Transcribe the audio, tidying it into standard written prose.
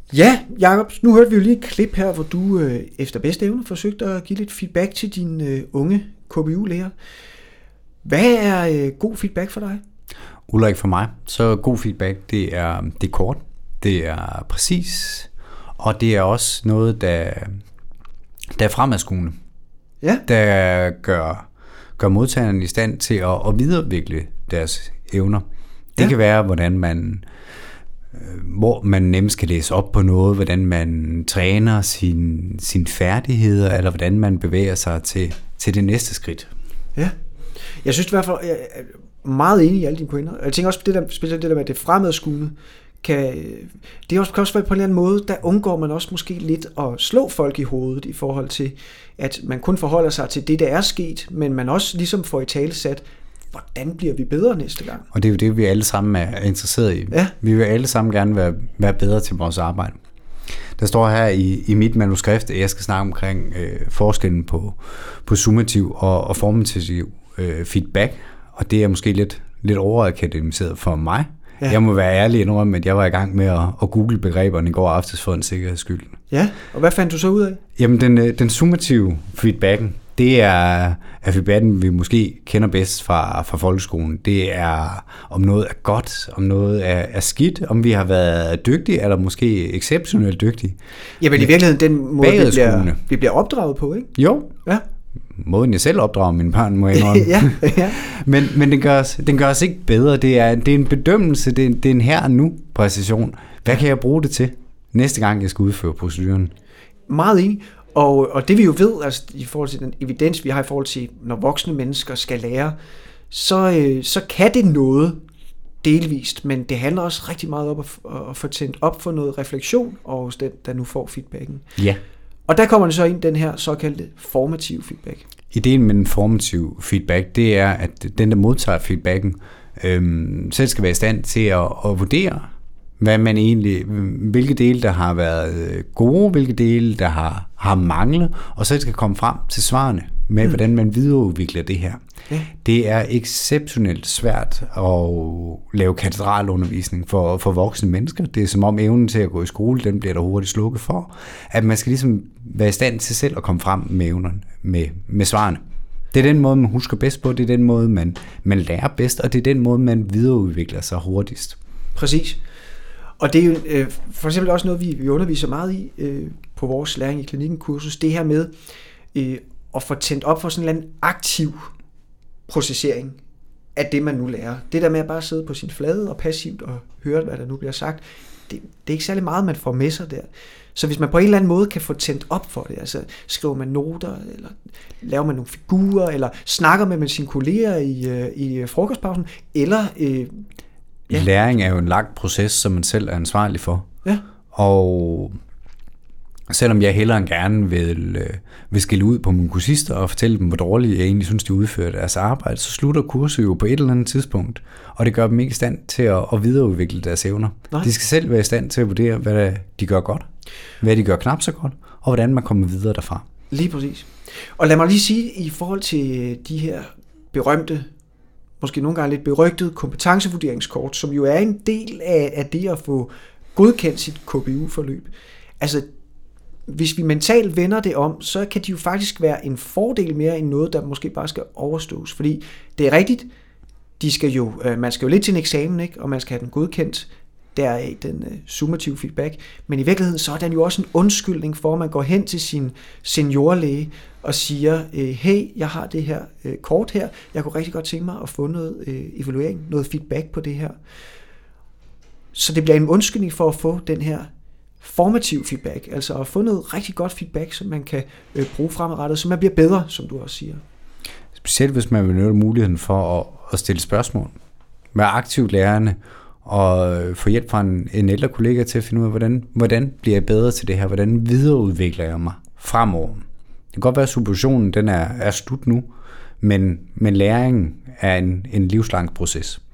Ja, Jacob, nu hørte vi jo lige et klip her, hvor du efter bedste evne forsøgte at give lidt feedback til dine unge KBU-lærer. Hvad er god feedback for dig? Ulrik, for mig, så god feedback, det er kort, det er præcis, og det er også noget, der er fremadskuende. Ja. Der gør modtageren i stand til at videreudvikle deres evner. Det kan være, hvor man nemmest kan læse op på noget, hvordan man træner sine færdigheder, eller hvordan man bevæger sig til det næste skridt. Ja, jeg synes i hvert fald, jeg er meget enig i alle dine pointer. Jeg tænker også på specielt det der med, at det fremadskuende, det er også på en eller anden måde, der undgår man også måske lidt at slå folk i hovedet i forhold til, at man kun forholder sig til det, der er sket, men man også ligesom får i tale sat, hvordan bliver vi bedre næste gang? Og det er jo det, vi alle sammen er interesseret i. Ja. Vi vil alle sammen gerne være bedre til vores arbejde. Der står her i mit manuskript, at jeg skal snakke omkring forskellen på summativ og formativ feedback, og det er måske lidt overakademiseret for mig. Ja. Jeg må være ærlig indrømme, at jeg var i gang med at google begreberne i går aftes for en sikkerheds skyld. Ja, og hvad fandt du så ud af? Jamen, den summative feedbacken, det er feedbacken, vi måske kender bedst fra folkeskolen. Det er, om noget er godt, om noget er skidt, om vi har været dygtige, eller måske exceptionelt dygtige. Jamen i virkeligheden den måde, vi bliver opdraget på, ikke? Jo. Ja. Måden jeg selv opdrager mine børn, må jeg indrømme. ja. Men den gør os ikke bedre. Det er en bedømmelse, det er en her og nu præcision. Hvad kan jeg bruge det til næste gang, jeg skal udføre proceduren? Meget enig. Og det vi jo ved, altså i forhold til den evidens, vi har i forhold til, når voksne mennesker skal lære, så kan det noget delvist, men det handler også rigtig meget om at få tændt op for noget refleksion hos den, der nu får feedbacken. Ja. Og der kommer det så ind den her såkaldte formative feedback. Ideen med den formative feedback, det er, at den, der modtager feedbacken, selv skal være i stand til at vurdere, hvad man egentlig, hvilke dele, der har været gode, hvilke dele, der har manglet, og så skal komme frem til svarene med, hvordan man videreudvikler det her. Ja. Det er exceptionelt svært at lave katedralundervisning for voksne mennesker. Det er som om evnen til at gå i skole, den bliver der hurtigt slukket for. At man skal ligesom være i stand til selv at komme frem med evnerne, med svarene. Det er den måde, man husker bedst på, det er den måde, man lærer bedst, og det er den måde, man videreudvikler sig hurtigst. Præcis. Og det er jo for eksempel også noget, vi underviser meget i på vores læring i klinikken kursus, det her med at få tændt op for sådan en eller anden aktiv processering af det, man nu lærer. Det der med at bare sidde på sin flade og passivt og høre, hvad der nu bliver sagt, det er ikke særlig meget, man får med sig der. Så hvis man på en eller anden måde kan få tændt op for det, altså skriver man noter, eller laver man nogle figurer, eller snakker med sine kolleger i frokostpausen, eller... Ja. Læring er jo en lang proces, som man selv er ansvarlig for. Ja. Og selvom jeg hellere end gerne vil skille ud på mine kursister og fortælle dem, hvor dårligt jeg egentlig synes, de udfører deres arbejde, så slutter kurset jo på et eller andet tidspunkt, og det gør dem ikke i stand til at videreudvikle deres evner. Nej. De skal selv være i stand til at vurdere, hvad de gør godt, hvad de gør knap så godt, og hvordan man kommer videre derfra. Lige præcis. Og lad mig lige sige, i forhold til de her berømte, måske nogle gange lidt berygtede kompetencevurderingskort, som jo er en del af det at få godkendt sit KBU-forløb. Altså, hvis vi mentalt vender det om, så kan de jo faktisk være en fordel mere end noget, der måske bare skal overstås. Fordi det er rigtigt, man skal jo lidt til en eksamen, ikke? Og man skal have den godkendt, deraf den summative feedback. Men i virkeligheden så er den jo også en undskyldning for, at man går hen til sin seniorlæge og siger, hey, jeg har det her kort her, jeg kunne rigtig godt tænke mig at få noget evaluering, noget feedback på det her. Så det bliver en undskyldning for at få den her formativ feedback, altså at få noget rigtig godt feedback, som man kan bruge fremadrettet, så man bliver bedre, som du også siger. Specielt hvis man vil nytte muligheden for at stille spørgsmål. Være aktivt lærende og få hjælp fra en ældre kollega til at finde ud af, hvordan bliver jeg bedre til det her, hvordan videreudvikler jeg mig fremover. Det kan godt være, at supervisionen den er slut nu, men læringen er en livslang proces.